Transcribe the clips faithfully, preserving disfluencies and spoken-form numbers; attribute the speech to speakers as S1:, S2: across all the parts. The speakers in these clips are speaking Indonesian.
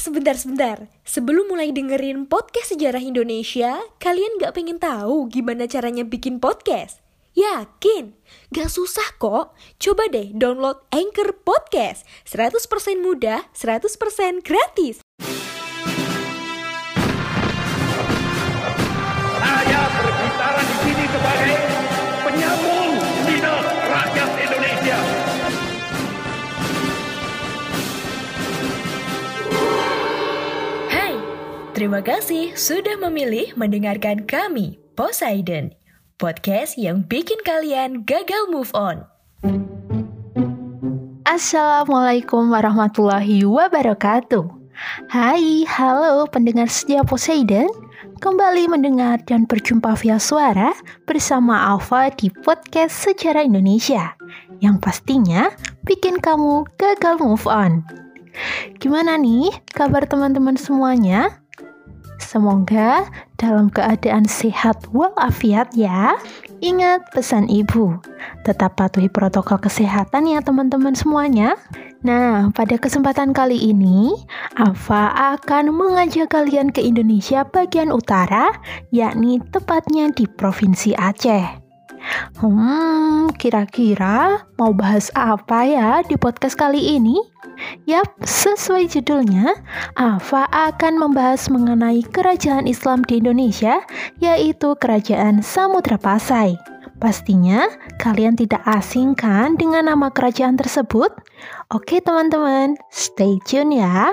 S1: sebentar-sebentar. Sebelum mulai dengerin podcast sejarah Indonesia, kalian gak pengen tahu gimana caranya bikin podcast? Yakin? Gak susah kok. Coba deh download Anchor Podcast. seratus persen mudah, seratus persen gratis.
S2: Saya berbicara di sini sebagai penyambung lidah rakyat Indonesia.
S1: Hai, terima kasih sudah memilih mendengarkan kami, Poseidon, podcast yang bikin kalian gagal move on.
S3: Assalamualaikum warahmatullahi wabarakatuh. Hai, halo pendengar setia Poseidon. Kembali mendengar dan berjumpa via suara bersama Alfa di podcast Sejarah Indonesia yang pastinya bikin kamu gagal move on. Gimana nih kabar teman-teman semuanya? Semoga dalam keadaan sehat walafiat ya. Ingat pesan ibu, tetap patuhi protokol kesehatan ya teman-teman semuanya. Nah, pada kesempatan kali ini, Alfa akan mengajak kalian ke Indonesia bagian utara, yakni tepatnya di Provinsi Aceh. Hmm, kira-kira mau bahas apa ya di podcast kali ini? Yap, sesuai judulnya, Alfa akan membahas mengenai kerajaan Islam di Indonesia, yaitu Kerajaan Samudra Pasai. Pastinya kalian tidak asing kan dengan nama kerajaan tersebut? Oke teman-teman, stay tune ya.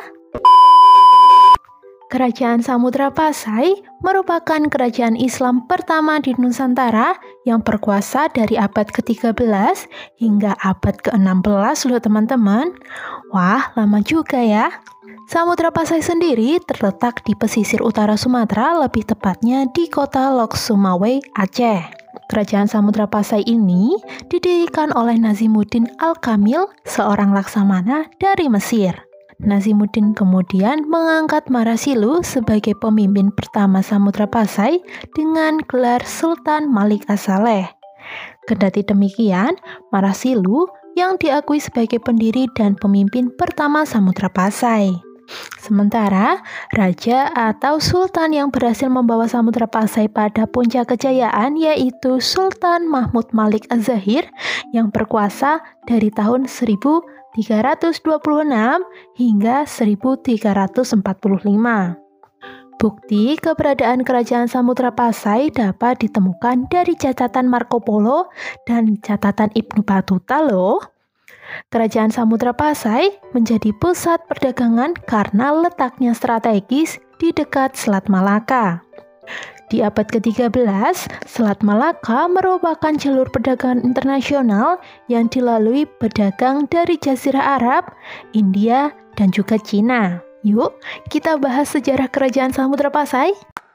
S3: Kerajaan Samudra Pasai merupakan kerajaan Islam pertama di Nusantara yang berkuasa dari abad ke tiga belas hingga abad ke enam belas loh teman-teman. Wah, lama juga ya. Samudra Pasai sendiri terletak di pesisir utara Sumatera, lebih tepatnya di kota Lok Sumawwe, Aceh. Kerajaan Samudra Pasai ini didirikan oleh Nazimuddin Al-Kamil, seorang laksamana dari Mesir. Nazimuddin kemudian mengangkat Marasilu sebagai pemimpin pertama Samudra Pasai dengan gelar Sultan Malik As-Saleh. Kendati demikian, Marasilu yang diakui sebagai pendiri dan pemimpin pertama Samudra Pasai. Sementara, raja atau sultan yang berhasil membawa Samudra Pasai pada puncak kejayaan yaitu Sultan Mahmud Malik Az-Zahir yang berkuasa dari tahun seribu tiga ratus dua puluh enam hingga seribu tiga ratus empat puluh lima. Bukti keberadaan kerajaan Samudra Pasai dapat ditemukan dari catatan Marco Polo dan catatan Ibnu Battuta loh. Kerajaan Samudra Pasai menjadi pusat perdagangan karena letaknya strategis di dekat Selat Malaka. Di abad ke tiga belas, Selat Malaka merupakan jalur perdagangan internasional yang dilalui pedagang dari Jazirah Arab, India, dan juga Cina. Yuk, kita bahas sejarah kerajaan Samudra Pasai.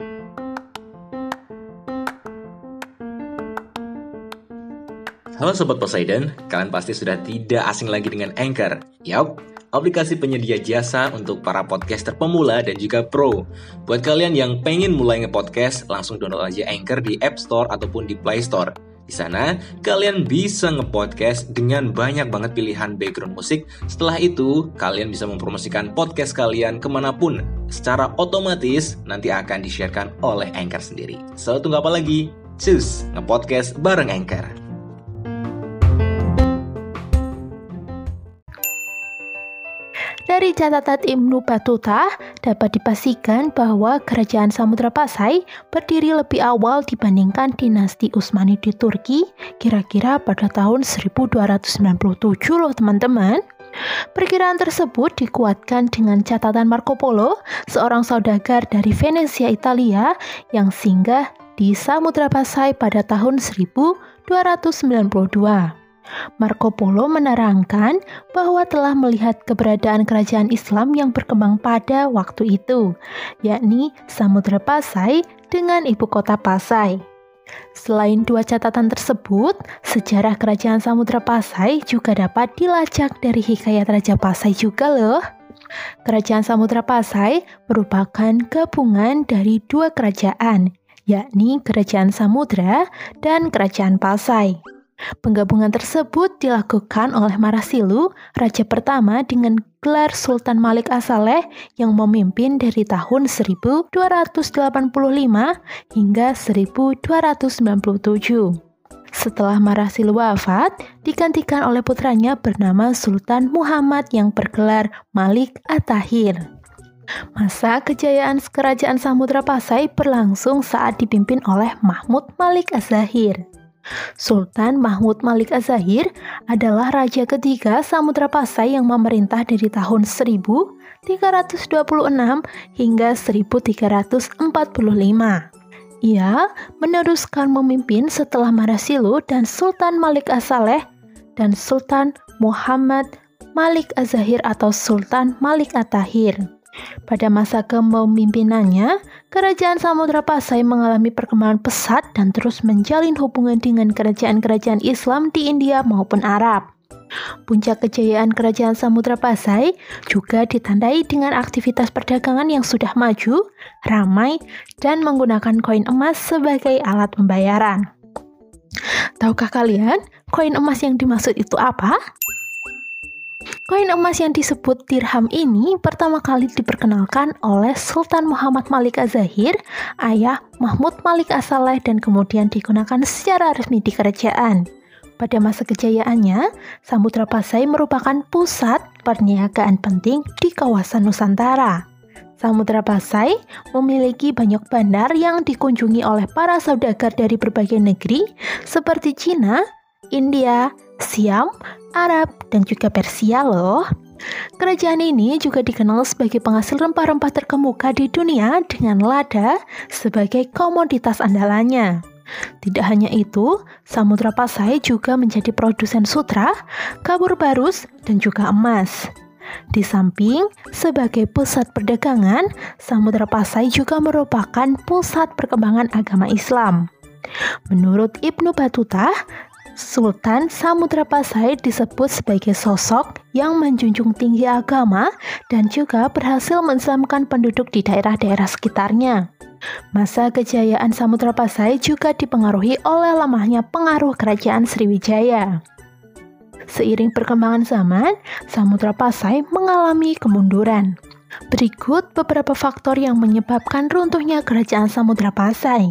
S4: Halo Sobat Poseidon, kalian pasti sudah tidak asing lagi dengan Anchor. Yap, aplikasi penyedia jasa untuk para podcaster pemula dan juga pro. Buat kalian yang pengen mulai nge-podcast, langsung download aja Anchor di App Store ataupun di Play Store. Di sana, kalian bisa nge-podcast dengan banyak banget pilihan background musik. Setelah itu, kalian bisa mempromosikan podcast kalian kemanapun. Secara otomatis, nanti akan di-sharekan oleh Anchor sendiri. So, tunggu apa lagi? Cus, nge-podcast bareng Anchor.
S3: Dari catatan Ibnu Battuta, dapat dipastikan bahwa kerajaan Samudra Pasai berdiri lebih awal dibandingkan dinasti Utsmani di Turki, kira-kira pada tahun seribu dua ratus sembilan puluh tujuh loh teman-teman. Perkiraan tersebut dikuatkan dengan catatan Marco Polo, seorang saudagar dari Venesia, Italia, yang singgah di Samudra Pasai pada tahun seribu dua ratus sembilan puluh dua. Marco Polo menerangkan bahwa telah melihat keberadaan kerajaan Islam yang berkembang pada waktu itu, yakni Samudra Pasai dengan ibu kota Pasai. Selain dua catatan tersebut, sejarah kerajaan Samudra Pasai juga dapat dilacak dari hikayat Raja Pasai juga loh. Kerajaan Samudra Pasai merupakan gabungan dari dua kerajaan, yakni Kerajaan Samudra dan Kerajaan Pasai. Penggabungan tersebut dilakukan oleh Marasilu, raja pertama dengan gelar Sultan Malik As-Saleh yang memimpin dari tahun seribu dua ratus delapan puluh lima hingga seribu dua ratus sembilan puluh tujuh. Setelah Marasilu wafat, digantikan oleh putranya bernama Sultan Muhammad yang bergelar Malik At-Tahir. Masa kejayaan kerajaan Samudra Pasai berlangsung saat dipimpin oleh Mahmud Malik Az-Zahir. Sultan Mahmud Malik Az-Zahir adalah raja ketiga Samudra Pasai yang memerintah dari tahun seribu tiga ratus dua puluh enam hingga seribu tiga ratus empat puluh lima. Ia meneruskan memimpin setelah Marasilu dan Sultan Malik As-Saleh dan Sultan Muhammad Malik Az-Zahir atau Sultan Malik At-Tahir. Pada masa kepemimpinannya, kerajaan Samudra Pasai mengalami perkembangan pesat dan terus menjalin hubungan dengan kerajaan-kerajaan Islam di India maupun Arab. Puncak kejayaan kerajaan Samudra Pasai juga ditandai dengan aktivitas perdagangan yang sudah maju, ramai, dan menggunakan koin emas sebagai alat pembayaran. Tahukah kalian, koin emas yang dimaksud itu apa? Koin emas yang disebut dirham ini pertama kali diperkenalkan oleh Sultan Muhammad Malik Az-Zahir, ayah Mahmud Malik As-Saleh, dan kemudian digunakan secara resmi di kerajaan. Pada masa kejayaannya, Samudra Pasai merupakan pusat perniagaan penting di kawasan Nusantara. Samudra Pasai memiliki banyak bandar yang dikunjungi oleh para saudagar dari berbagai negeri seperti Cina, India, Siam, Arab, dan juga Persia loh. Kerajaan ini juga dikenal sebagai penghasil rempah-rempah terkemuka di dunia dengan lada sebagai komoditas andalannya. Tidak hanya itu, Samudra Pasai juga menjadi produsen sutra, kabur barus, dan juga emas. Di samping sebagai pusat perdagangan, Samudra Pasai juga merupakan pusat perkembangan agama Islam. Menurut Ibnu Battuta, Sultan Samudra Pasai disebut sebagai sosok yang menjunjung tinggi agama dan juga berhasil mengislamkan penduduk di daerah-daerah sekitarnya. Masa kejayaan Samudra Pasai juga dipengaruhi oleh lemahnya pengaruh kerajaan Sriwijaya. Seiring perkembangan zaman, Samudra Pasai mengalami kemunduran. Berikut beberapa faktor yang menyebabkan runtuhnya kerajaan Samudra Pasai.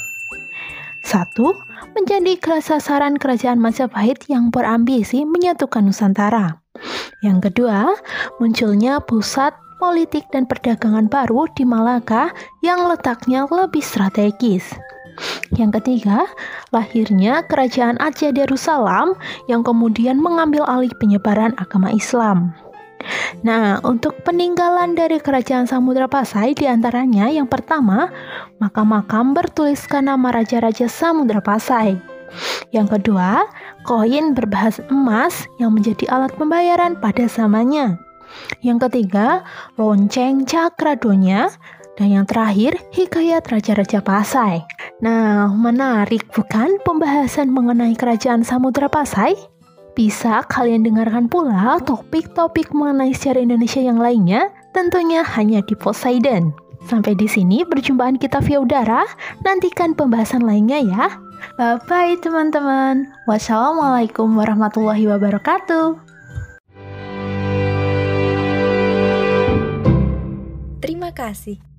S3: Satu, menjadi sasaran kerajaan Majapahit yang berambisi menyatukan Nusantara. Yang kedua, munculnya pusat politik dan perdagangan baru di Malaka yang letaknya lebih strategis. Yang ketiga, lahirnya kerajaan Aceh Darussalam yang kemudian mengambil alih penyebaran agama Islam. Nah, untuk peninggalan dari kerajaan Samudra Pasai diantaranya yang pertama, makam-makam bertuliskan nama raja-raja Samudra Pasai. Yang kedua, koin berbahasa emas yang menjadi alat pembayaran pada zamannya. Yang ketiga, lonceng Cakradonya. Dan yang terakhir, hikayat raja-raja Pasai. Nah, menarik bukan pembahasan mengenai kerajaan Samudra Pasai? Bisa kalian dengarkan pula topik-topik mengenai sejarah Indonesia yang lainnya, tentunya hanya di Poseidon. Sampai di sini perjumpaan kita via udara, nantikan pembahasan lainnya ya. Bye-bye teman-teman. Wassalamualaikum warahmatullahi wabarakatuh.
S1: Terima kasih.